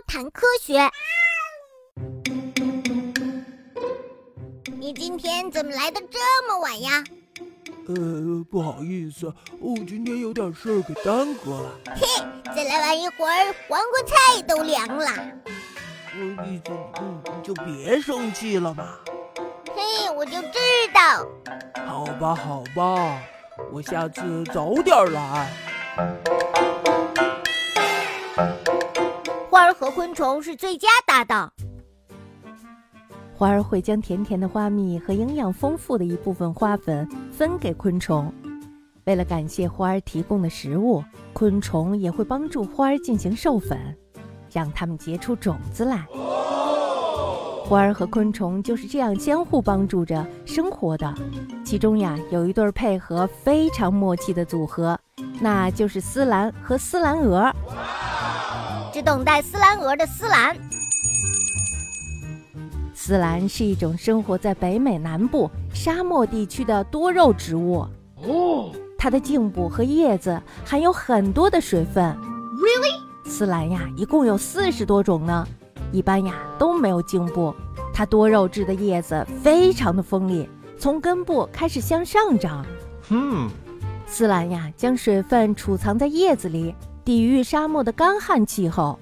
谈科学。你今天怎么来的这么晚呀？ 不好意思，我今天有点事儿给耽搁了。 嘿，再来晚一会儿，黄瓜菜都凉了。 你就别生气了嘛。 嘿，我就知道。 好吧，我下次早点来。 花儿和昆虫是最佳搭档。 花儿会将甜甜的花蜜和营养丰富的一部分花粉分给昆虫。为了感谢花儿提供的食物，昆虫也会帮助花儿进行授粉，让它们结出种子来。花儿和昆虫就是这样相互帮助着生活的。其中呀，有一对配合非常默契的组合，那就是丝兰和丝兰蛾。 只等待丝兰蛾的丝兰。 丝兰是一种生活在北美南部沙漠地区的多肉植物。它的茎部和叶子含有很多的水分。丝兰呀，一共有40多种呢，一般呀都没有茎部。它多肉质的叶子非常的锋利，从根部开始向上长。丝兰呀，将水分储藏在叶子里，抵御沙漠的干旱气候。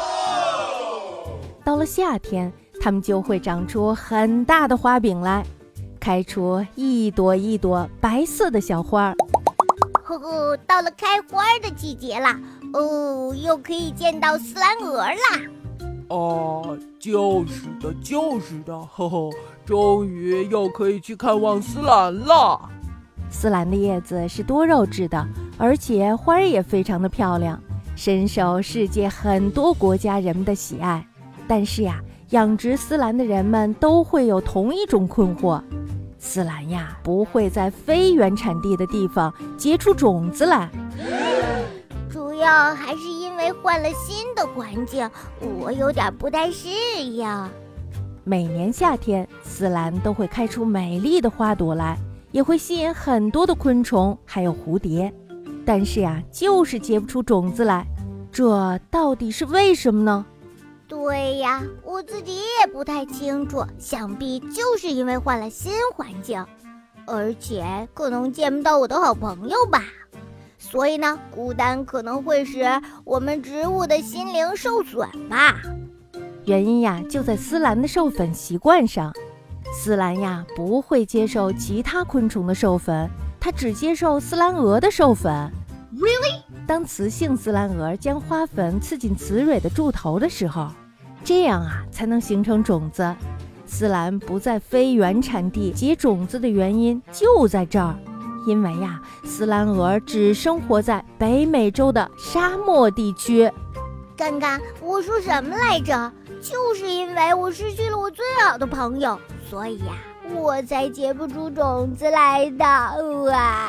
到了夏天，它们就会长出很大的花柄来，开出一朵一朵白色的小花。 呵呵，到了开花的季节啦！哦，又可以见到丝兰蛾啦！ 就是的，呵呵，终于又可以去看望丝兰了。 丝兰的叶子是多肉质的，而且花儿也非常的漂亮，深受世界很多国家人们的喜爱。但是呀，养殖丝兰的人们都会有同一种困惑：丝兰呀，不会在非原产地的地方结出种子来。 主要还是因为换了新的环境，我有点不太适应。 每年夏天，丝兰都会开出美丽的花朵来，也会吸引很多的昆虫，还有蝴蝶。但是呀，就是结不出种子来，这到底是为什么呢？ 对呀，我自己也不太清楚，想必就是因为换了新环境，而且可能见不到我的好朋友吧。所以呢，孤单可能会使我们植物的心灵受损吧。 原因呀，就在丝兰的授粉习惯上。丝兰呀，不会接受其他昆虫的授粉，它只接受丝兰蛾的授粉。当雌性丝兰蛾将花粉刺进雌蕊的柱头的时候，这样啊才能形成种子。丝兰不在非原产地结种子的原因就在这儿，因为呀，丝兰蛾只生活在北美洲的沙漠地区。 刚刚我说什么来着？就是因为我失去了我最好的朋友，所以呀，我才结不出种子来的。哇！